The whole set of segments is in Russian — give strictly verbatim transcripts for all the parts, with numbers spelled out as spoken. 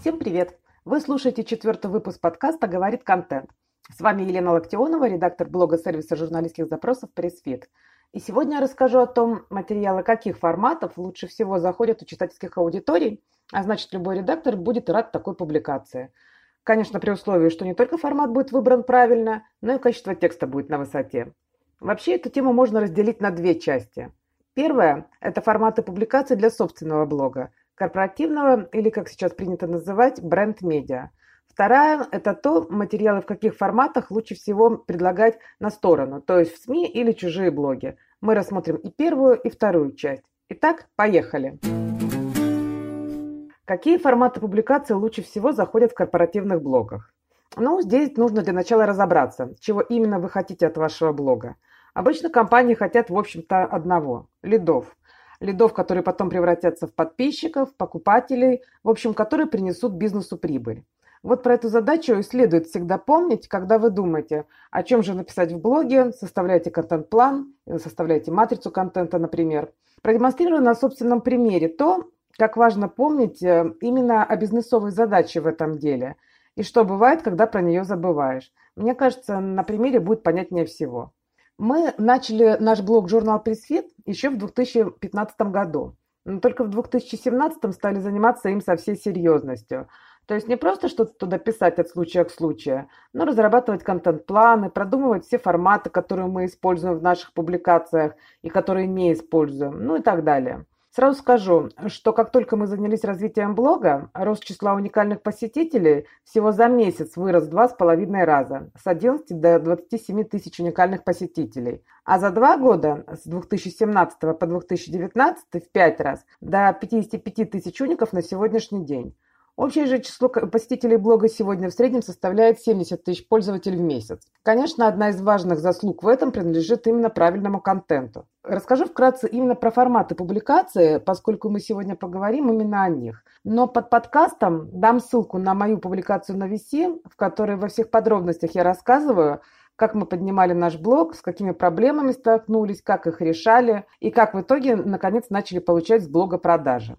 Всем привет! Вы слушаете четвертый выпуск подкаста «Говорит контент». С вами Елена Локтионова, редактор блога сервиса журналистских запросов «Пресс-фит». И сегодня я расскажу о том, материалы каких форматов лучше всего заходят у читательских аудиторий, а значит, любой редактор будет рад такой публикации. Конечно, при условии, что не только формат будет выбран правильно, но и качество текста будет на высоте. Вообще, эту тему можно разделить на две части. Первая – это форматы публикаций для собственного блога, корпоративного или, как сейчас принято называть, бренд-медиа. Вторая – это то, материалы в каких форматах лучше всего предлагать на сторону, то есть в СМИ или чужие блоги. Мы рассмотрим и первую, и вторую часть. Итак, поехали. Какие форматы публикации лучше всего заходят в корпоративных блогах? Ну, здесь нужно для начала разобраться, чего именно вы хотите от вашего блога. Обычно компании хотят, в общем-то, одного – лидов. Лидов, которые потом превратятся в подписчиков, покупателей, в общем, которые принесут бизнесу прибыль. Вот про эту задачу и следует всегда помнить, когда вы думаете, о чем же написать в блоге, составляете контент-план, составляете матрицу контента, например. Продемонстрирую на собственном примере то, как важно помнить именно о бизнесовой задаче в этом деле и что бывает, когда про нее забываешь. Мне кажется, на примере будет понятнее всего. Мы начали наш блог «Журнал Пресс-фит» еще в две тысячи пятнадцатом году, но только в две тысячи семнадцатом стали заниматься им со всей серьезностью. То есть не просто что-то туда писать от случая к случаю, но разрабатывать контент-планы, продумывать все форматы, которые мы используем в наших публикациях и которые не используем, ну и так далее. Сразу скажу, что как только мы занялись развитием блога, рост числа уникальных посетителей всего за месяц вырос в два с половиной раза, с одиннадцати до двадцати семи тысяч уникальных посетителей. А за два года, с две тысячи семнадцатого по две тысячи девятнадцатый, в пять раз, до пятидесяти пяти тысяч уников на сегодняшний день. Общее же число посетителей блога сегодня в среднем составляет семьдесят тысяч пользователей в месяц. Конечно, одна из важных заслуг в этом принадлежит именно правильному контенту. Расскажу вкратце именно про форматы публикации, поскольку мы сегодня поговорим именно о них. Но под подкастом дам ссылку на мою публикацию на ви си, в которой во всех подробностях я рассказываю, как мы поднимали наш блог, с какими проблемами столкнулись, как их решали и как в итоге, наконец, начали получать с блога продажи.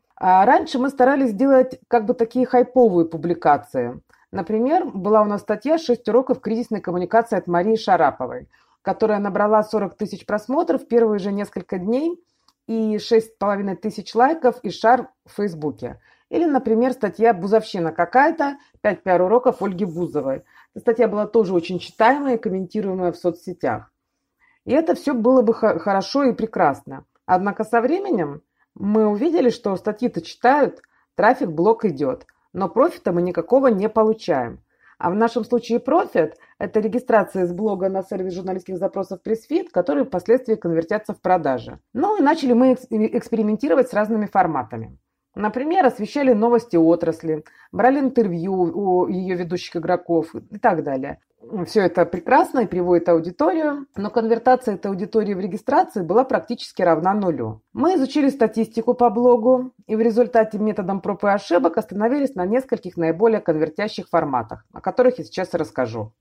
А раньше мы старались делать как бы такие хайповые публикации. Например, была у нас статья «шесть уроков кризисной коммуникации» от Марии Шараповой, которая набрала сорок тысяч просмотров в первые же несколько дней и шесть с половиной тысяч лайков и шар в Фейсбуке. Или, например, статья «Бузовщина какая-то. пять пиар-уроков Ольги Бузовой». Эта статья была тоже очень читаемая и комментируемая в соцсетях. И это все было бы хорошо и прекрасно. Однако со временем мы увидели, что статьи-то читают, трафик в блог идет, но профита мы никакого не получаем. А в нашем случае профит – это регистрация с блога на сервис журналистских запросов Пресс-фит, которые впоследствии конвертятся в продажи. Ну и начали мы экспериментировать с разными форматами. Например, освещали новости отрасли, брали интервью у ее ведущих игроков и так далее. Все это прекрасно и приводит аудиторию, но конвертация этой аудитории в регистрации была практически равна нулю. Мы изучили статистику по блогу и в результате методом проб и ошибок остановились на нескольких наиболее конвертящих форматах, о которых я сейчас расскажу.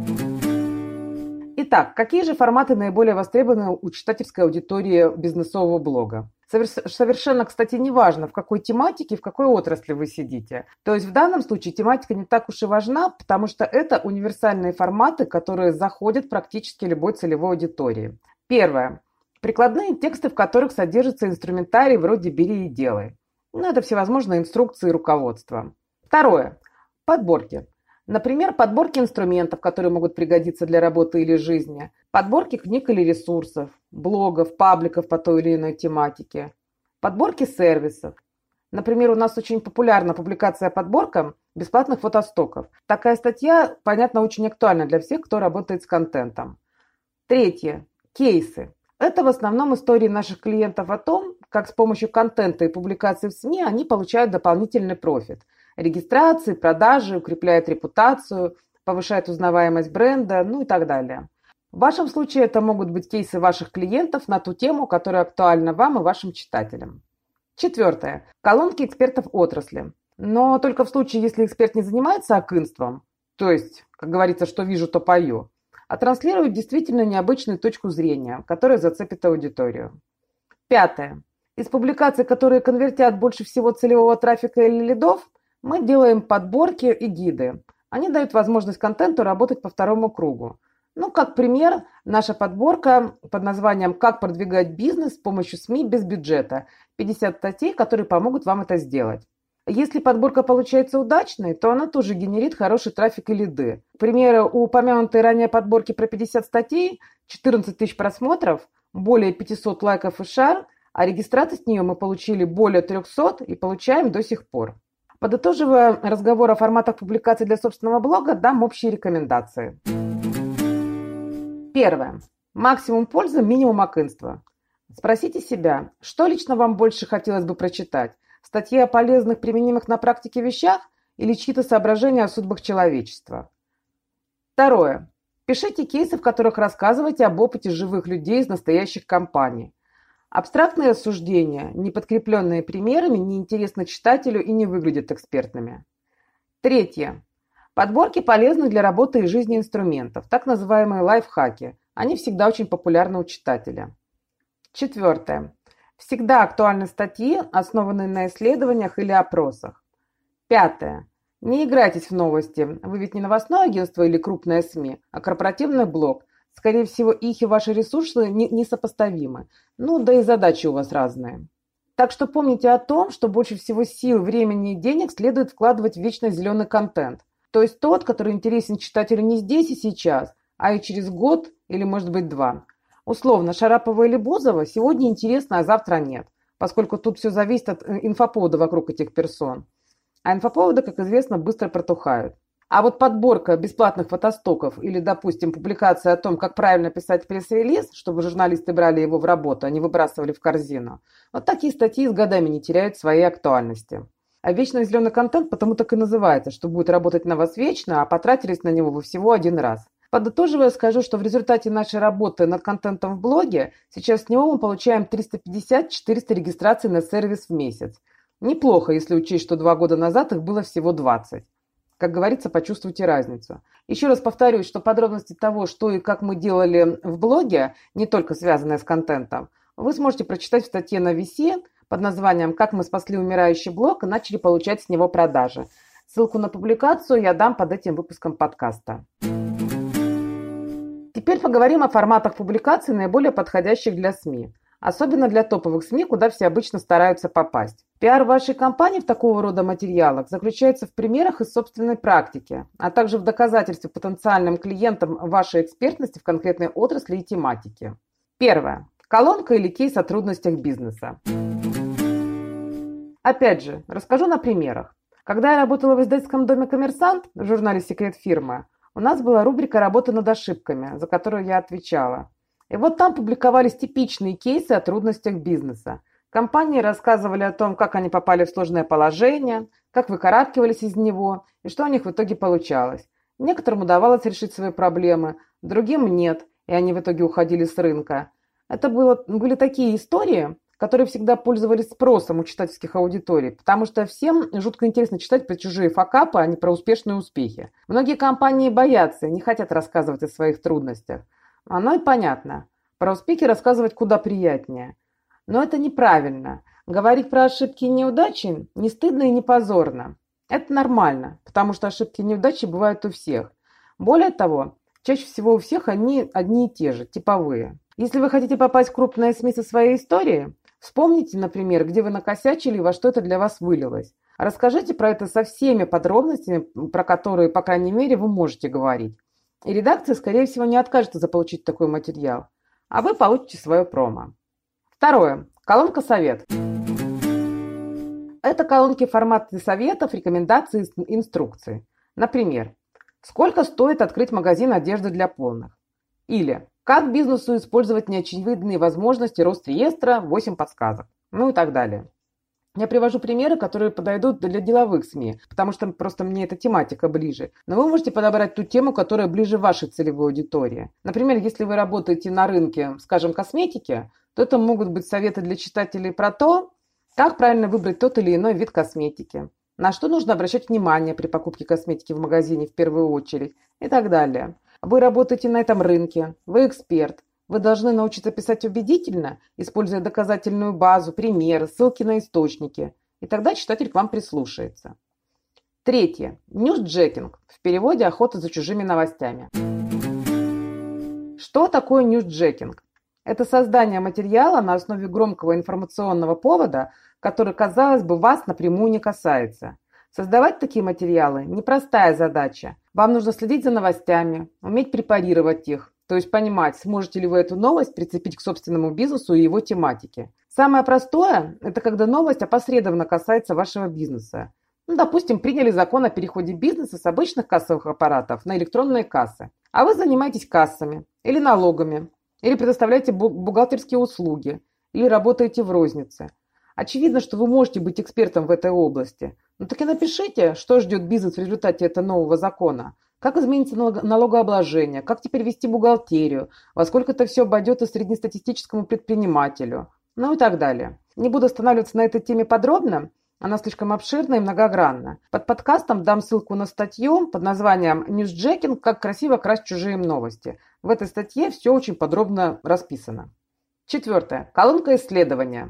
Итак, какие же форматы наиболее востребованы у читательской аудитории бизнесового блога? Совершенно, кстати, не важно, в какой тематике, в какой отрасли вы сидите. То есть в данном случае тематика не так уж и важна, потому что это универсальные форматы, которые заходят практически любой целевой аудитории. Первое. Прикладные тексты, в которых содержится инструментарий вроде «бери и делай». Ну, это всевозможные инструкции и руководства. Второе. Подборки. Например, подборки инструментов, которые могут пригодиться для работы или жизни, подборки книг или ресурсов, блогов, пабликов по той или иной тематике, подборки сервисов. Например, у нас очень популярна публикация подборкам бесплатных фотостоков. Такая статья, понятно, очень актуальна для всех, кто работает с контентом. Третье. Кейсы. Это в основном истории наших клиентов о том, как с помощью контента и публикаций в СМИ они получают дополнительный профит. Регистрации, продажи, укрепляют репутацию, повышают узнаваемость бренда, ну и так далее. В вашем случае это могут быть кейсы ваших клиентов на ту тему, которая актуальна вам и вашим читателям. Четвертое. Колонки экспертов отрасли. Но только в случае, если эксперт не занимается акынством, то есть, как говорится, что вижу, то пою, а транслирует действительно необычную точку зрения, которая зацепит аудиторию. Пятое. Из публикаций, которые конвертят больше всего целевого трафика или лидов, Мы делаем подборки и гиды. Они дают возможность контенту работать по второму кругу. Ну, как пример, наша подборка под названием «Как продвигать бизнес с помощью СМИ без бюджета». пятьдесят статей, которые помогут вам это сделать. Если подборка получается удачной, то она тоже генерит хороший трафик и лиды. К примеру, у упомянутой ранее подборки про пятьдесят статей четырнадцать тысяч просмотров, более пятьсот лайков и шар, а регистрации с нее мы получили более трехсот и получаем до сих пор. Подытоживая разговор о форматах публикаций для собственного блога, дам общие рекомендации. Первое. Максимум пользы, минимум акинства. Спросите себя, что лично вам больше хотелось бы прочитать? Статьи о полезных, применимых на практике вещах или чьи-то соображения о судьбах человечества? Второе. Пишите кейсы, в которых рассказываете об опыте живых людей из настоящих компаний. Абстрактные рассуждения, не подкрепленные примерами, не интересны читателю и не выглядят экспертными. Третье. Подборки полезных для работы и жизни инструментов, так называемые лайфхаки. Они всегда очень популярны у читателя. Четвертое. Всегда актуальны статьи, основанные на исследованиях или опросах. Пятое. Не играйтесь в новости. Вы ведь не новостное агентство или крупная СМИ, а корпоративный блог. Скорее всего, их и ваши ресурсы не- несопоставимы. Ну, да и задачи у вас разные. Так что помните о том, что больше всего сил, времени и денег следует вкладывать в вечно зеленый контент. То есть тот, который интересен читателю не здесь и сейчас, а и через год или, может быть, два. Условно, Шарапова или Бузова сегодня интересно, а завтра нет, поскольку тут все зависит от инфоповода вокруг этих персон. А инфоповоды, как известно, быстро протухают. А вот подборка бесплатных фотостоков или, допустим, публикация о том, как правильно писать пресс-релиз, чтобы журналисты брали его в работу, а не выбрасывали в корзину, вот такие статьи с годами не теряют своей актуальности. А вечно зеленый контент потому так и называется, что будет работать на вас вечно, а потратились на него вы всего один раз. Подытоживая, скажу, что в результате нашей работы над контентом в блоге сейчас с него мы получаем триста пятьдесят - четыреста регистраций на сервис в месяц. Неплохо, если учесть, что два года назад их было всего двадцать. Как говорится, почувствуйте разницу. Еще раз повторюсь, что подробности того, что и как мы делали в блоге, не только связанные с контентом, вы сможете прочитать в статье на ви си под названием «Как мы спасли умирающий блог и начали получать с него продажи». Ссылку на публикацию я дам под этим выпуском подкаста. Теперь поговорим о форматах публикаций, наиболее подходящих для СМИ. Особенно для топовых СМИ, куда все обычно стараются попасть. Пиар вашей компании в такого рода материалах заключается в примерах из собственной практики, а также в доказательстве потенциальным клиентам вашей экспертности в конкретной отрасли и тематике. Первое. Колонка или кейс о трудностях бизнеса. Опять же, расскажу на примерах. Когда я работала в издательском доме «Коммерсант» в журнале «Секрет фирмы», у нас была рубрика «Работа над ошибками», за которую я отвечала. И вот там публиковались типичные кейсы о трудностях бизнеса. Компании рассказывали о том, как они попали в сложное положение, как выкарабкивались из него и что у них в итоге получалось. Некоторым удавалось решить свои проблемы, другим нет, и они в итоге уходили с рынка. Это было, были такие истории, которые всегда пользовались спросом у читательских аудиторий, потому что всем жутко интересно читать про чужие факапы, а не про успешные успехи. Многие компании боятся, не хотят рассказывать о своих трудностях. Оно и понятно. Про успехи рассказывать куда приятнее. Но это неправильно. Говорить про ошибки и неудачи не стыдно и не позорно. Это нормально, потому что ошибки и неудачи бывают у всех. Более того, чаще всего у всех они одни и те же, типовые. Если вы хотите попасть в крупные СМИ со своей историей, вспомните, например, где вы накосячили и во что это для вас вылилось. Расскажите про это со всеми подробностями, про которые, по крайней мере, вы можете говорить. И редакция, скорее всего, не откажется заполучить такой материал, а вы получите свое промо. Второе. Колонка «Совет». Это колонки в формате советов, рекомендаций и инструкций. Например, сколько стоит открыть магазин одежды для полных? Или как бизнесу использовать неочевидные возможности Росреестра, восемь подсказок. Ну и так далее. Я привожу примеры, которые подойдут для деловых СМИ, потому что просто мне эта тематика ближе. Но вы можете подобрать ту тему, которая ближе вашей целевой аудитории. Например, если вы работаете на рынке, скажем, косметики, то это могут быть советы для читателей про то, как правильно выбрать тот или иной вид косметики, на что нужно обращать внимание при покупке косметики в магазине в первую очередь и так далее. Вы работаете на этом рынке, вы эксперт. Вы должны научиться писать убедительно, используя доказательную базу, примеры, ссылки на источники. И тогда читатель к вам прислушается. Третье. Ньюсджекинг. В переводе охота за чужими новостями. Что такое ньюсджекинг? Это создание материала на основе громкого информационного повода, который, казалось бы, вас напрямую не касается. Создавать такие материалы – непростая задача. Вам нужно следить за новостями, уметь препарировать их, то есть понимать, сможете ли вы эту новость прицепить к собственному бизнесу и его тематике. Самое простое – это когда новость опосредованно касается вашего бизнеса. Ну, допустим, приняли закон о переходе бизнеса с обычных кассовых аппаратов на электронные кассы. А вы занимаетесь кассами или налогами, или предоставляете бухгалтерские услуги, или работаете в рознице. Очевидно, что вы можете быть экспертом в этой области. Ну так и напишите, что ждет бизнес в результате этого нового закона. Как изменится налогообложение, как теперь вести бухгалтерию, во сколько это все обойдет и среднестатистическому предпринимателю, ну и так далее. Не буду останавливаться на этой теме подробно. Она слишком обширна и многогранна. Под подкастом дам ссылку на статью под названием «Ньюсджекинг. Как красиво красть чужие новости». В этой статье все очень подробно расписано. Четвертое. Колонка исследования.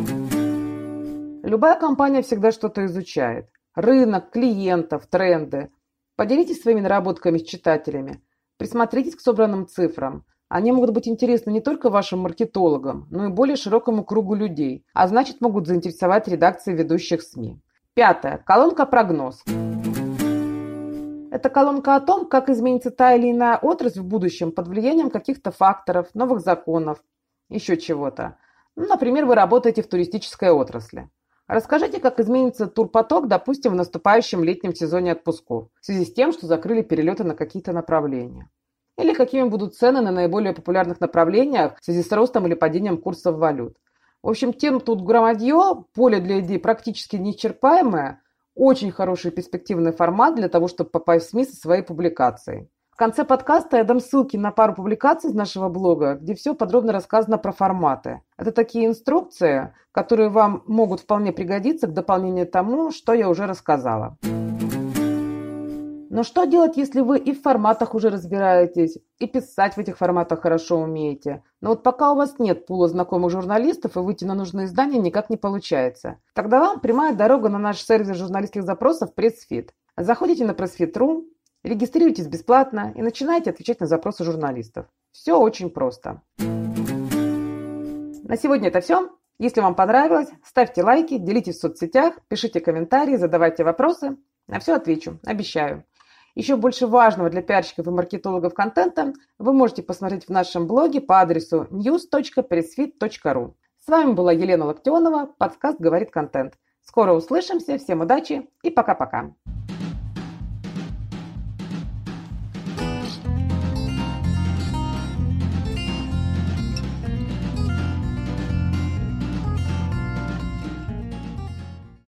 Любая компания всегда что-то изучает. Рынок, клиентов, тренды. Поделитесь своими наработками с читателями. Присмотритесь к собранным цифрам. Они могут быть интересны не только вашим маркетологам, но и более широкому кругу людей, а значит могут заинтересовать редакции ведущих СМИ. Пятое. Колонка «Прогноз». Это колонка о том, как изменится та или иная отрасль в будущем под влиянием каких-то факторов, новых законов, еще чего-то. Ну, например, вы работаете в туристической отрасли. Расскажите, как изменится турпоток, допустим, в наступающем летнем сезоне отпусков, в связи с тем, что закрыли перелеты на какие-то направления. Или какими будут цены на наиболее популярных направлениях в связи с ростом или падением курсов валют. В общем, тем тут громадье, поле для идей практически неисчерпаемое, очень хороший перспективный формат для того, чтобы попасть в СМИ со своей публикацией. В конце подкаста я дам ссылки на пару публикаций из нашего блога, где все подробно рассказано про форматы. Это такие инструкции, которые вам могут вполне пригодиться к дополнению тому, что я уже рассказала. Но что делать, если вы и в форматах уже разбираетесь, и писать в этих форматах хорошо умеете? Но вот пока у вас нет пула знакомых журналистов, и выйти на нужные издания никак не получается. Тогда вам прямая дорога на наш сервис журналистских запросов PressFit. Заходите на пресс фит точка ру, регистрируйтесь бесплатно и начинайте отвечать на запросы журналистов. Все очень просто. На сегодня это все. Если вам понравилось, ставьте лайки, делитесь в соцсетях, пишите комментарии, задавайте вопросы. На все отвечу, обещаю. Еще больше важного для пиарщиков и маркетологов контента вы можете посмотреть в нашем блоге по адресу ньюс точка пресс фит точка ру. С вами была Елена Локтионова, подкаст «Говорит контент». Скоро услышимся, всем удачи и пока-пока.